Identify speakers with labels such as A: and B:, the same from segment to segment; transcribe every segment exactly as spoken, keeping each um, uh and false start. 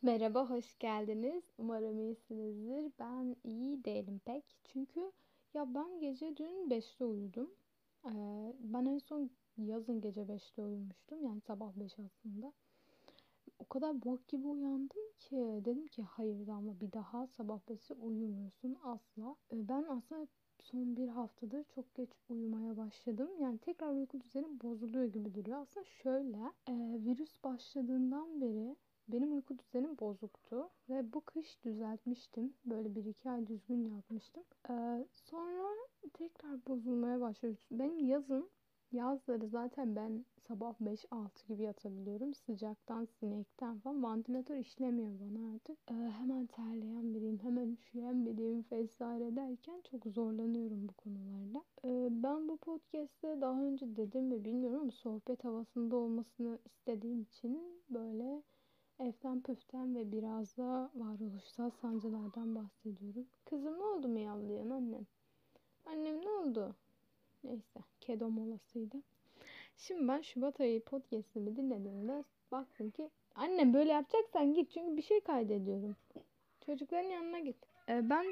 A: Merhaba, hoş geldiniz. Umarım iyisinizdir. Ben iyi değilim pek. Çünkü ya ben gece dün beşte uyudum. Ee, ben en son yazın gece beşte uyumuştum. Yani sabah beş aslında. O kadar bok gibi uyandım ki dedim ki hayır Damla bir daha sabah beşte uyumuyorsun asla. Ee, ben aslında son bir haftadır çok geç uyumaya başladım. Yani tekrar uyku düzenim bozuluyor gibi duruyor. Aslında şöyle e, virüs başladığından beri benim uyku düzenim bozuktu ve bu kış düzeltmiştim. Böyle bir iki ay düzgün yatmıştım. Ee, sonra tekrar bozulmaya başladı. Benim yazın Yazları zaten ben sabah beş altı gibi yatabiliyorum. Sıcaktan, sinekten falan. Vantilatör işlemiyor bana artık. Ee, hemen terleyen biriyim, hemen üşüyen biriyim vesaire derken çok zorlanıyorum bu konularda. Ee, ben bu podcast'te daha önce dedim mi bilmiyorum ama sohbet havasında olmasını istediğim için böyle eften püften ve biraz da varoluşsal sancılardan bahsediyorum. Kızım ne oldu miyavlayan annem? Annem ne oldu? Neyse, kedo molasıydı. Şimdi ben Şubat ayı podcast'imi dinlediğimde baktım ki annem böyle yapacaksan git çünkü bir şey kaydediyorum. Çocukların yanına git. Ee, ben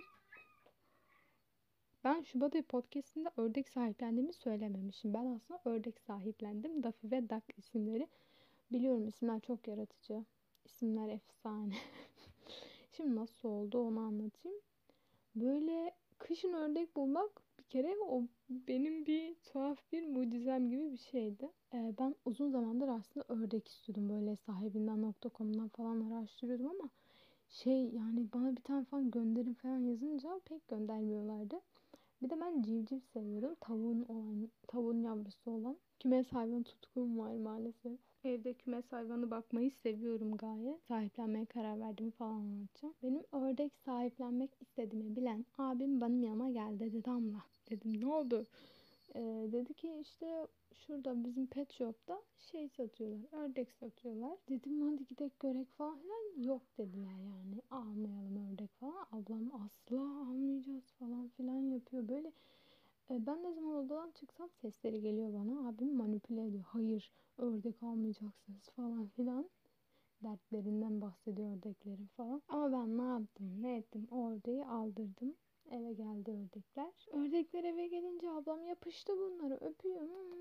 A: ben Şubat ayı podcast'inde ördek sahiplendiğimi söylememişim. Ben aslında ördek sahiplendim. Daffy ve Duck isimleri. Biliyorum isimler çok yaratıcı. İsimler efsane. Şimdi nasıl oldu onu anlatayım. Böyle kışın ördek bulmak bir kere o benim bir tuhaf bir mucizem gibi bir şeydi. Ee, ben uzun zamandır aslında ördek istiyordum. Böyle sahibinden nokta com'dan falan araştırıyordum ama şey yani bana bir tane falan gönderin falan yazınca pek göndermiyorlardı. Bir de ben civciv seviyordum. Tavuğun olan, tavuğun yavrusu olan. Kümes hayvan tutkum var maalesef. Evde kümes hayvanı bakmayı seviyorum gayet. Sahiplenmeye karar verdiğimi falan anlatacağım. Benim ördek sahiplenmek istediğimi bilen abim benim yanıma geldi dedi Damla. Dedim ne oldu? Ee, dedi ki işte şurada bizim pet shop'ta şey satıyorlar. Ördek satıyorlar. Dedim hadi gidelim görek falan filan. Yok dediler yani. Almayalım ördek falan. Ablam asla almayacağız falan filan yapıyor. Böyle e, ben ne zaman odadan çıksam sesleri geliyor bana. Abim manipüle ediyor. Hayır ördek almayacaksınız falan filan. Dertlerinden bahsediyor ördeklerin falan. Ama ben ne yaptım ne ettim o ördeği aldırdım. Eve geldi ördekler. Ördekler eve gelince ablam yapıştı bunları öpüyor.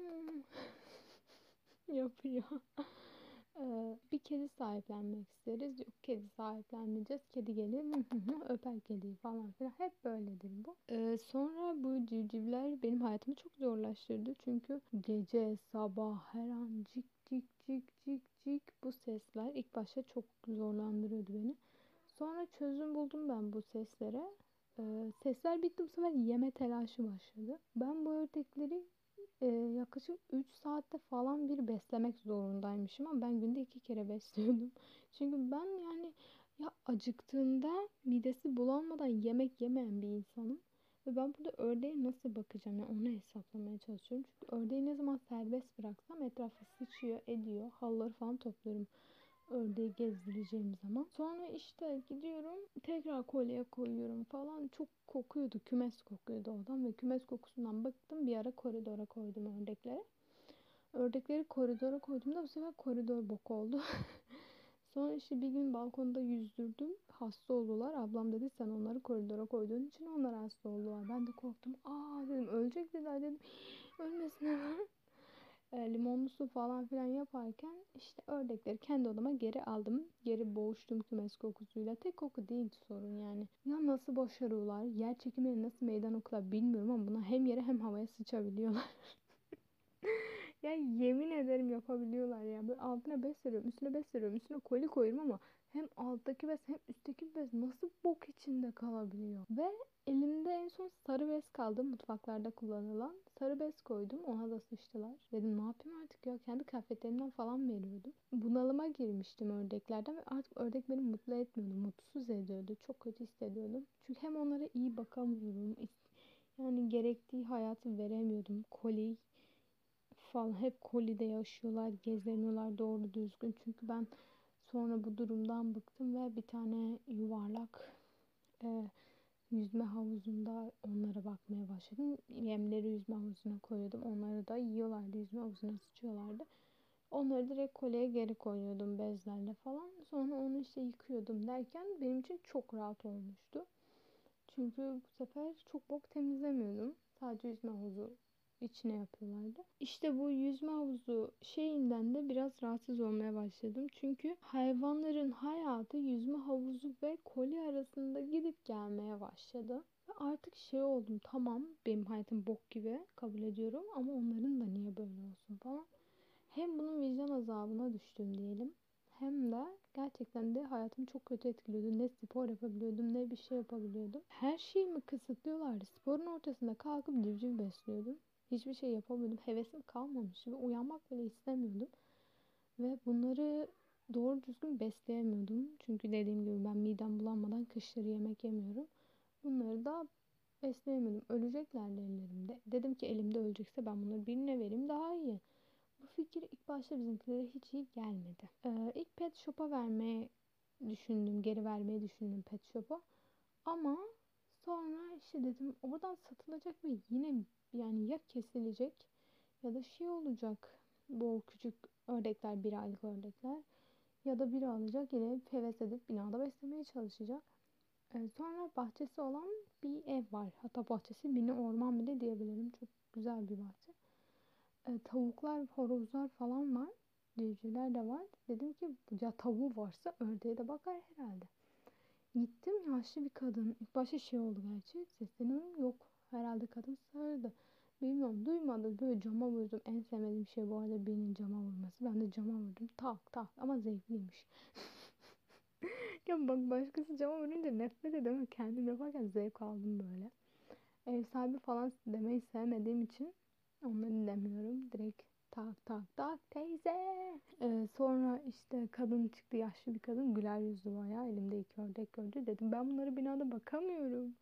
A: Yapıyor. Ee, bir kedi sahiplenmek isteriz. Yok kedi sahiplenmeyeceğiz. Kedi gelir öper kediyi falan filan. Hep böyledir bu. Ee, sonra bu civcivler benim hayatımı çok zorlaştırdı. Çünkü gece, sabah, her an cik cik cik cik cik bu sesler ilk başta çok zorlandırıyordu beni. Sonra çözüm buldum ben bu seslere. Ee, sesler bitti bu sefer yeme telaşı başladı. Ben bu ördekleri e, yaklaşık üç saatte falan bir beslemek zorundaymışım ama ben günde iki kere besliyordum. Çünkü ben yani ya acıktığında midesi bulanmadan yemek yemeyen bir insanım. Ve ben burada ördeğe nasıl bakacağım yani onu hesaplamaya çalışıyorum. Çünkü ördeği ne zaman serbest bıraksam etrafa sıçıyor, ediyor. Halları falan topluyorum ördeği gezdireceğim zaman. Sonra işte gidiyorum tekrar kolyeye koyuyorum falan. Çok kokuyordu. Kümes kokuyordu odan ve kümes kokusundan bıktım. Bir ara koridora koydum ördekleri. Ördekleri koridora koyduğumda bu sefer koridor bok oldu. Sonra işte bir gün balkonda yüzdürdüm. Hasta oldular. Ablam dedi sen onları koridora koyduğun için onlar hasta oldular. Ben de korktum. Aa dedim ölecek dediler dedim. Ölmesin hemen. E, limonlu su falan filan yaparken işte ördekleri kendi odama geri aldım. Geri boğuştum kümes kokusuyla. Tek koku değildi sorun yani. Ya nasıl başarıyorlar? Yer çekimleri nasıl meydan okular bilmiyorum ama buna hem yere hem havaya sıçabiliyorlar. Ya yemin ederim yapabiliyorlar ya. Böyle altına bez seriyorum, üstüne bez seriyorum, üstüne koli koyuyorum ama hem alttaki bez hem üstteki bez nasıl bok içinde kalabiliyor? Ve elimde en son sarı bez kaldı mutfaklarda kullanılan. Sarı bez koydum ona da sıçtılar. Dedim ne yapayım artık ya kendi kıyafetlerimden falan veriyordum. Bunalıma girmiştim ördeklerden ve artık ördek beni mutlu etmiyordu. Mutsuz ediyordu. Çok kötü hissediyordum. Çünkü hem onlara iyi bakamıyorum. Yani gerektiği hayatı veremiyordum. Koli falan hep kolide yaşıyorlar, gezemiyorlar doğru düzgün. Çünkü ben sonra bu durumdan bıktım ve bir tane yuvarlak e, yüzme havuzunda onlara bakmaya başladım. Yemleri yüzme havuzuna koyuyordum. Onları da yiyorlardı, yüzme havuzuna sıçıyorlardı. Onları direkt kolyeye geri koyuyordum bezlerle falan. Sonra onu işte yıkıyordum derken benim için çok rahat olmuştu. Çünkü bu sefer çok bok temizlemiyordum. Sadece yüzme havuzu içine yapıyorlardı. İşte bu yüzme havuzu şeyinden de biraz rahatsız olmaya başladım. Çünkü hayvanların hayatı yüzme havuzu ve koli arasında gidip gelmeye başladı. Ve artık şey oldum, tamam benim hayatım bok gibi kabul ediyorum ama onların da niye böyle olsun falan. Hem bunun vicdan azabına düştüm diyelim. Hem de gerçekten de hayatımı çok kötü etkiliyordu. Ne spor yapabiliyordum ne bir şey yapabiliyordum. Her şeyimi kısıtlıyorlardı. Sporun ortasında kalkıp civciv besliyordum. Hiçbir şey yapamıyordum. Hevesim kalmamıştı ve uyanmak bile istemiyordum. Ve bunları doğru düzgün besleyemiyordum. Çünkü dediğim gibi ben midem bulanmadan kışları yemek yemiyorum. Bunları da besleyemiyordum. Öleceklerdi ellerimde. Dedim ki elimde ölecekse ben bunları birine vereyim daha iyi. Bu fikir ilk başta bizimkilere hiç iyi gelmedi. Ee, ilk pet shop'a vermeyi düşündüm, geri vermeyi düşündüm pet shop'a. Ama sonra işte dedim oradan satılacak ve yine yani ya kesilecek ya da şey olacak. Bu küçük ördekler, bir aylık ördekler ya da biri alacak yine heves edip binada beslemeye çalışacak. Ee, sonra bahçesi olan bir ev var. Hatta bahçesi mini orman bile diyebilirim. Çok güzel bir bahçe. E, tavuklar, horozlar falan var. Civcivler de var. Dedim ki ya tavuğu varsa ördeğe de bakar herhalde. Gittim, yaşlı bir kadın. İlk başta şey oldu gerçi. Sesleniyorum, yok. Herhalde kadın sağırdı. Bilmiyorum, duymadı. Böyle cama vurdum. En sevmediğim şey bu arada birinin cama vurması. Ben de cama vurdum. Tak tak ama zevkliymiş. Ya bak, başkası cama vurunca nefret ediyorum ama kendim yaparken zevk aldım böyle. Ev sahibi falan demeyi sevmediğim için onları demiyorum. Direkt tak tak tak teyze. Ee, sonra işte kadın çıktı, yaşlı bir kadın, güler yüzlü bayağı, elimde iki ördek gördü. Dedim ben bunları binada bakamıyorum.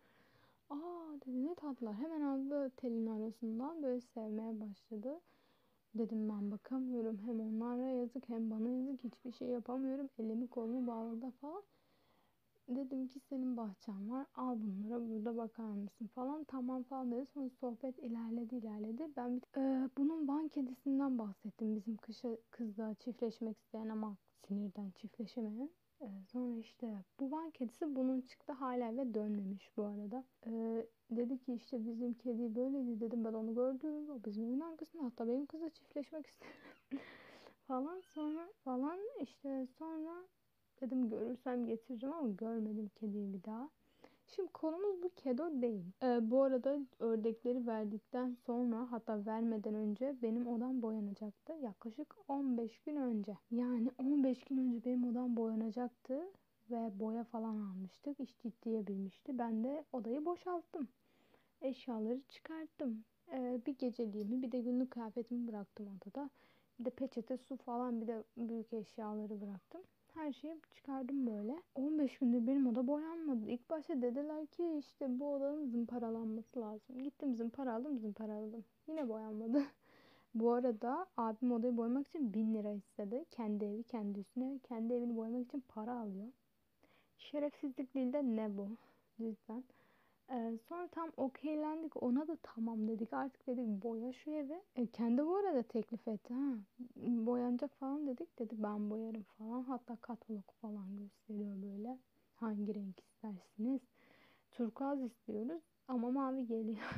A: Aa dedi, ne tatlılar. Hemen aldı telin arasından, böyle sevmeye başladı. Dedim ben bakamıyorum. Hem onlara yazık hem bana yazık, hiçbir şey yapamıyorum. Elimi kolumu bağladı falan. Dedim ki senin bahçen var, al bunlara, burada bakar mısın falan. Tamam falan dedi. Sonra sohbet ilerledi ilerledi. Ben bir, Ee, bunun Van kedisinden bahsettim. Bizim kışa kızla çiftleşmek isteyen ama sinirden çiftleşemeyen. Ee, sonra işte bu Van kedisi bunun çıktı, hala eve dönmemiş bu arada. Ee, dedi ki işte bizim kedi böyleydi, dedim ben onu gördüm. O bizim evin arkasında, hatta benim kızla çiftleşmek istedi falan. Sonra falan işte sonra dedim görürsem getiririm ama görmedim kediyi bir daha. Şimdi konumuz bu kedo değil. Ee, bu arada ördekleri verdikten sonra, hatta vermeden önce benim odam boyanacaktı. Yaklaşık on beş gün önce. Yani on beş gün önce benim odam boyanacaktı ve boya falan almıştık. İş ciddiye binmişti. Ben de odayı boşalttım. Eşyaları çıkarttım. Ee, bir geceliğimi bir de günlük kıyafetimi bıraktım odada. Bir de peçete, su falan, bir de büyük eşyaları bıraktım. Her şeyi çıkardım böyle. on beş gündür benim oda boyanmadı. İlk başta dediler ki işte bu odanın zımparalanması lazım. Gittim zımparaladım zımparaladım. Yine boyanmadı. Bu arada abim odayı boyamak için bin lira istedi. Kendi evi kendi üstüne. Kendi evini boyamak için para alıyor. Şerefsizlik değil de ne bu? Lütfen. Ee, sonra tam okeylendik. Ona da tamam dedik. Artık dedik boya şu evi. E, kendi bu arada teklif etti. Ha. Boyanacak falan dedik. Dedi ben boyarım falan. Hatta katalog falan gösteriyor böyle. Hangi renk istersiniz? Turkuaz istiyoruz ama mavi geliyor.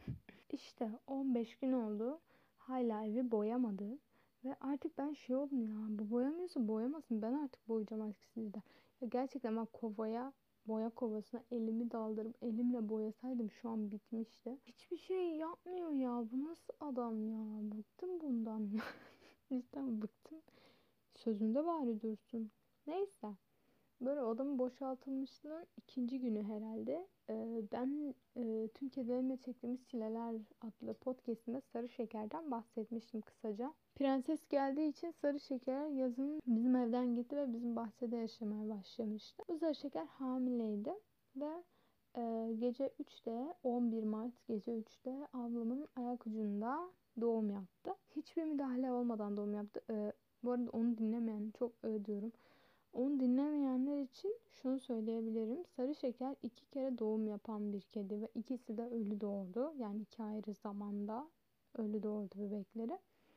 A: İşte on beş gün oldu. Hala evi boyamadı. Ve artık ben şey oldum, ya bu boyamıyorsa boyamasın. Ben artık boyayacağım artık sizden. Ya gerçekten ben kovaya, boya kovasına elimi daldırıp elimle boyasaydım şu an bitmişti. Hiçbir şey yapmıyor ya. Bu nasıl adam ya? Bıktım bundan ya. Cidden bıktım. Sözünde bari dursun. Neyse. Böyle odamın boşaltılmışlığın ikinci günü herhalde. Ee, ben e, tüm kedilerimle çektiğimiz Çileler adlı podcast'imde sarı şekerden bahsetmiştim kısaca. Prenses geldiği için sarı şeker yazın bizim evden gitti ve bizim bahçede yaşamaya başlamıştı. Bu sarı şeker hamileydi ve e, gece üçte, on bir Mart gece üçte ablamın ayak ucunda doğum yaptı. Hiçbir müdahale olmadan doğum yaptı. E, bu arada onu dinlemeyen çok ödüyorum. Onu dinlemeyenler için şunu söyleyebilirim. Sarı şeker iki kere doğum yapan bir kedi ve ikisi de ölü doğdu. Yani iki ayrı zamanda ölü doğurdu bebekleri.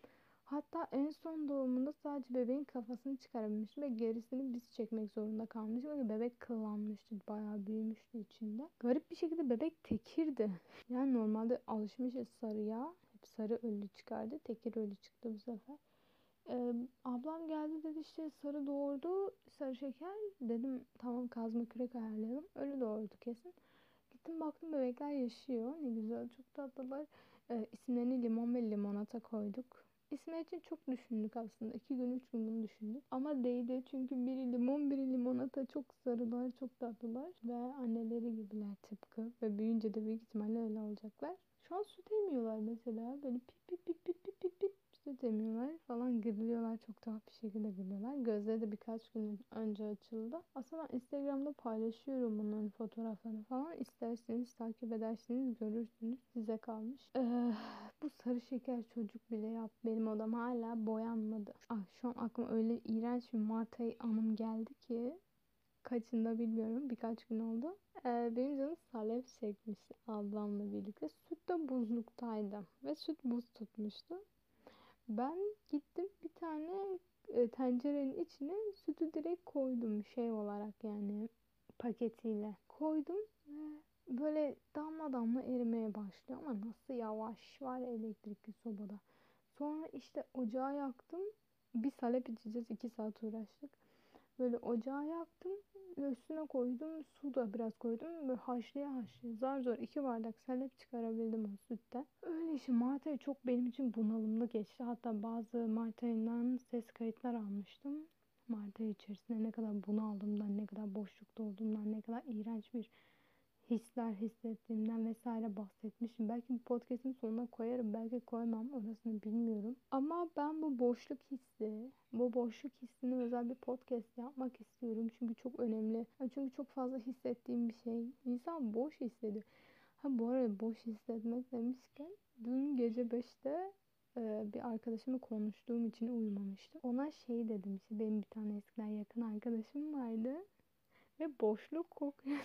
A: Hatta en son doğumunda sadece bebeğin kafasını çıkarabilmiştim ve gerisini biz çekmek zorunda kalmıştık. Çünkü bebek kıllanmıştı, bayağı büyümüştü içinde. Garip bir şekilde bebek tekirdi. Yani normalde alışmışız sarıya. Hep sarı ölü çıkardı. Tekir ölü çıktı bu sefer. Ee, ablam geldi dedi işte sarı doğurdu, sarı şeker. Dedim tamam, kazma kürek ayarlayalım. Ölü doğurdu kesin. Gittim baktım bebekler yaşıyor. Ne güzel, çok tatlılar. Ee, isimlerini limon ve limonata koyduk. İsimler için çok düşündük aslında. İki gün, üç gün bunu düşündük. Ama değdi çünkü biri limon, biri limonata. Çok sarılar, çok tatlılar. Ve anneleri gibiler tıpkı. Ve büyüyünce de büyük ihtimalle öyle olacaklar. Şu an süt emiyorlar mesela. Böyle pip pip pip pip pip pip pip süt emiyorlar falan, gırlıyorlar. Çok tuhaf bir şekilde gırlıyorlar. Gözleri de birkaç gün önce açıldı. Aslında ben Instagram'da paylaşıyorum bunların fotoğraflarını falan. İsterseniz takip edersiniz, görürsünüz. Size kalmış. Ee, bu sarı şeker çocuk bile yap. Benim odam hala boyanmadı. Ah, şu an aklıma öyle iğrenç bir Mart ayı anım geldi ki. Kaçında bilmiyorum. Birkaç gün oldu. Ee, benim canım salep çekmişti ablamla birlikte. Süt de buzluktaydı. Ve süt buz tutmuştu. Ben gittim bir tane e, tencerenin içine sütü direkt koydum şey olarak, yani paketiyle koydum ve böyle damla damla erimeye başlıyor ama nasıl yavaş, var ya elektrikli sobada. Sonra işte ocağı yaktım. Bir salep içeceğiz, iki saat uğraştık. Böyle ocağı yaktım ve üstüne koydum. Su da biraz koydum. Böyle haşlaya haşlaya zar zor iki bardak salep çıkarabildim o sütten. Öyle işte Mart ayı çok benim için bunalımlı geçti. Hatta bazı Mart ayından ses kayıtlar almıştım. Mart ayı içerisinde ne kadar bunaldığımdan, ne kadar boşlukta olduğumdan, ne kadar iğrenç bir hisler hissettiğimden vesaire bahsetmişim. Belki bu podcast'in sonuna koyarım, belki koymam, orasını bilmiyorum. Ama ben bu boşluk hissi, bu boşluk hissini özel bir podcast yapmak istiyorum. Çünkü çok önemli. Yani çünkü çok fazla hissettiğim bir şey. İnsan boş hissediyor. Ha, bu arada boş hissetmek demişken dün gece beşte e, bir arkadaşımla konuştuğum için uyumamıştım. Ona şey dedim, işte benim bir tane eskiden yakın arkadaşım vardı ve boşluk kokuyor.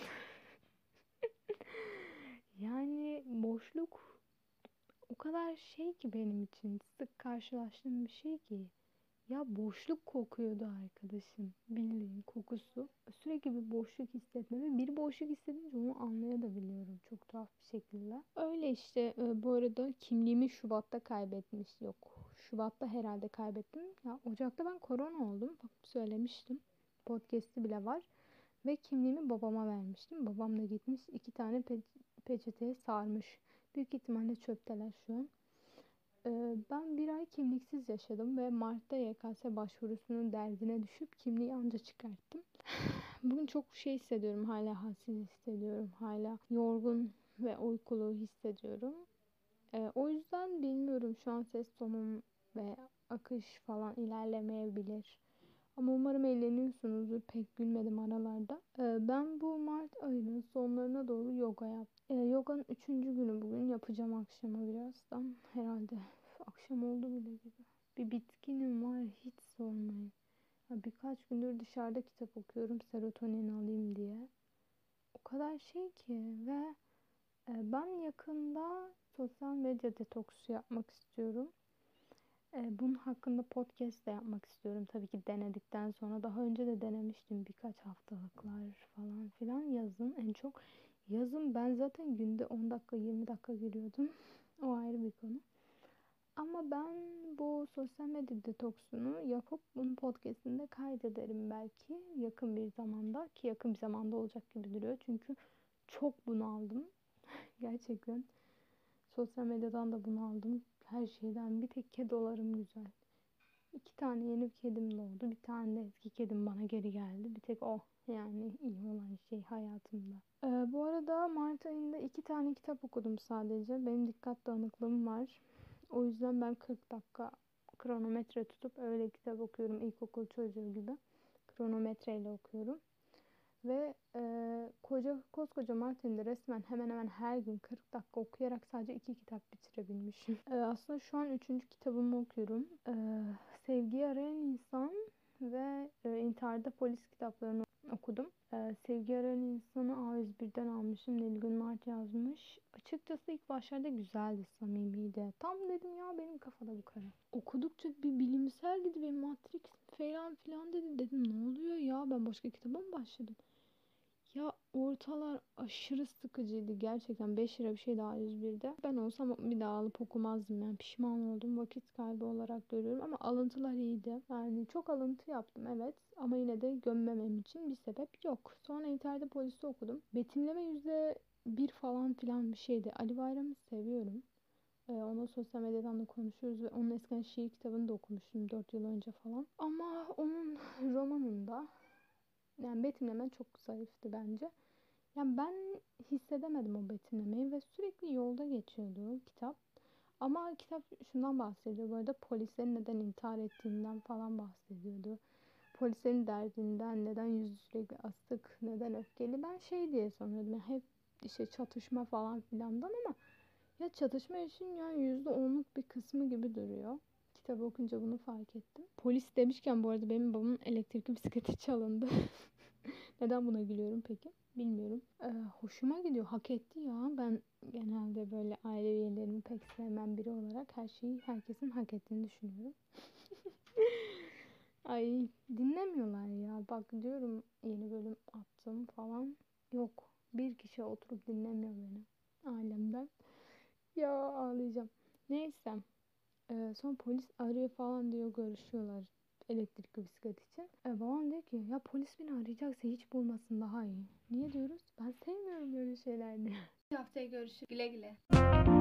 A: Yani boşluk o kadar şey ki benim için, sık karşılaştığım bir şey ki. Ya boşluk kokuyordu arkadaşım. Bildiğin kokusu. Sürekli bir boşluk hissetme ve bir boşluk hissedince onu anlayabiliyorum çok tuhaf bir şekilde. Öyle işte e, bu arada kimliğimi Şubat'ta kaybetmiş. Yok. Şubat'ta herhalde kaybettim. Ya Ocak'ta ben korona oldum. Bak söylemiştim. Podcast'i bile var. Ve kimliğimi babama vermiştim. Babam da gitmiş iki tane pe peçeteye sarmış. Büyük ihtimalle çöpteler şu an. Ee, ben bir ay kimliksiz yaşadım ve Mart'ta Y K S başvurusunun derdine düşüp kimliği anca çıkarttım. Bugün çok şey hissediyorum. Hala halsiz hissediyorum. Hala yorgun ve uykulu hissediyorum. Ee, o yüzden bilmiyorum, şu an ses tonum ve akış falan ilerlemeyebilir. Ama umarım eğleniyorsunuzdur. Pek gülmedim aralarda. Ee, ben bu Mart ayının sonlarına doğru yoga yaptım. Ee, yoganın üçüncü günü bugün. Yapacağım akşama birazdan. Herhalde üf, akşam oldu bile gibi. Bir bitkinim var, hiç sormayın. Ha, birkaç gündür dışarıda kitap okuyorum serotonin alayım diye. O kadar şey ki ve e, ben yakında sosyal medya detoksu yapmak istiyorum. E, bunun hakkında podcast de yapmak istiyorum. Tabii ki denedikten sonra. Daha önce de denemiştim birkaç haftalıklar falan filan yazın en çok. Yazın ben zaten günde on dakika yirmi dakika giriyordum. O ayrı bir konu. Ama ben bu sosyal medya detoksunu yapıp bunun podcastinde kaydederim belki yakın bir zamanda, ki yakın bir zamanda olacak gibi duruyor. Çünkü çok bunaldım. Gerçekten sosyal medyadan da bunaldım. Her şeyden. Bir tek kedolarım güzel. İki tane yeni bir kedim doğdu. Bir tane de eski kedim bana geri geldi. Bir tek o yani iyi olan şey hayatımda. Ee, bu arada Mart ayında iki tane kitap okudum sadece. Benim dikkat dağınıklığım var. O yüzden ben kırk dakika kronometre tutup öyle kitap okuyorum. İlkokul çocuğu gibi. Kronometreyle okuyorum. Ve e, koca koskoca Mart ayında resmen hemen hemen her gün kırk dakika okuyarak sadece iki kitap bitirebilmişim. E, aslında şu an üçüncü kitabımı okuyorum. E, Sevgiyi Arayan İnsan ve e, İntiharda Polis kitaplarını okudum. E, Sevgi arayan insanı A yüz birden almışım. Nilgün Mart yazmış. Açıkçası ilk başlarda güzeldi, samimiydi. Tam dedim ya benim kafada bu kara. Okudukça bir bilimsel gibi bir Matrix falan filan dedi. Dedim ne oluyor ya, ben başka kitaba mı başladım? Ya ortalar aşırı sıkıcıydı gerçekten. beş lira bir şey daha yüz birde. Ben olsam bir daha alıp okumazdım yani. Pişman oldum. Vakit kaybı olarak görüyorum ama alıntılar iyiydi. Yani çok alıntı yaptım evet ama yine de gömmemem için bir sebep yok. Sonra internette polisi okudum. Betimleme yüzde bir falan filan bir şeydi. Ali Bayram'ı seviyorum. Ee, onu sosyal medyadan da konuşuyoruz ve onun eskiden şiir kitabını da okumuştum dört yıl önce falan. Ama onun romanında yani betimleme çok zayıftı bence. Yani ben hissedemedim o betimlemeyi ve sürekli yolda geçiyordu kitap. Ama kitap şundan bahsediyor bu arada, polislerin neden intihar ettiğinden falan bahsediyordu. Polislerin derdinden, neden yüzü sürekli asık, neden öfkeli. Ben şey diye sanıyordum yani hep işte çatışma falan filandan ama ya çatışma için yani yüzde onluk bir kısmı gibi duruyor. Kitabı okunca bunu fark ettim. Polis demişken bu arada benim babamın elektrikli bisikleti çalındı. Neden buna gülüyorum peki? Bilmiyorum. Ee, hoşuma gidiyor. Hak etti ya. Ben genelde böyle aile üyelerimi pek sevmem biri olarak her şeyi herkesin hak ettiğini düşünüyorum. Ay dinlemiyorlar ya. Bak diyorum yeni bölüm attım falan. Yok. Bir kişi oturup dinlemiyor beni. Ailemden. Ya ağlayacağım. Neyse. Ee, sonra polis arıyor falan diyor, görüşüyorlar elektrikli bisiklet için. E, babam diyor ki ya polis beni arayacaksa hiç bulmasın daha iyi. Niye diyoruz? Ben sevmiyorum böyle şeyler diyor. Bir haftaya görüşürüz. Güle güle.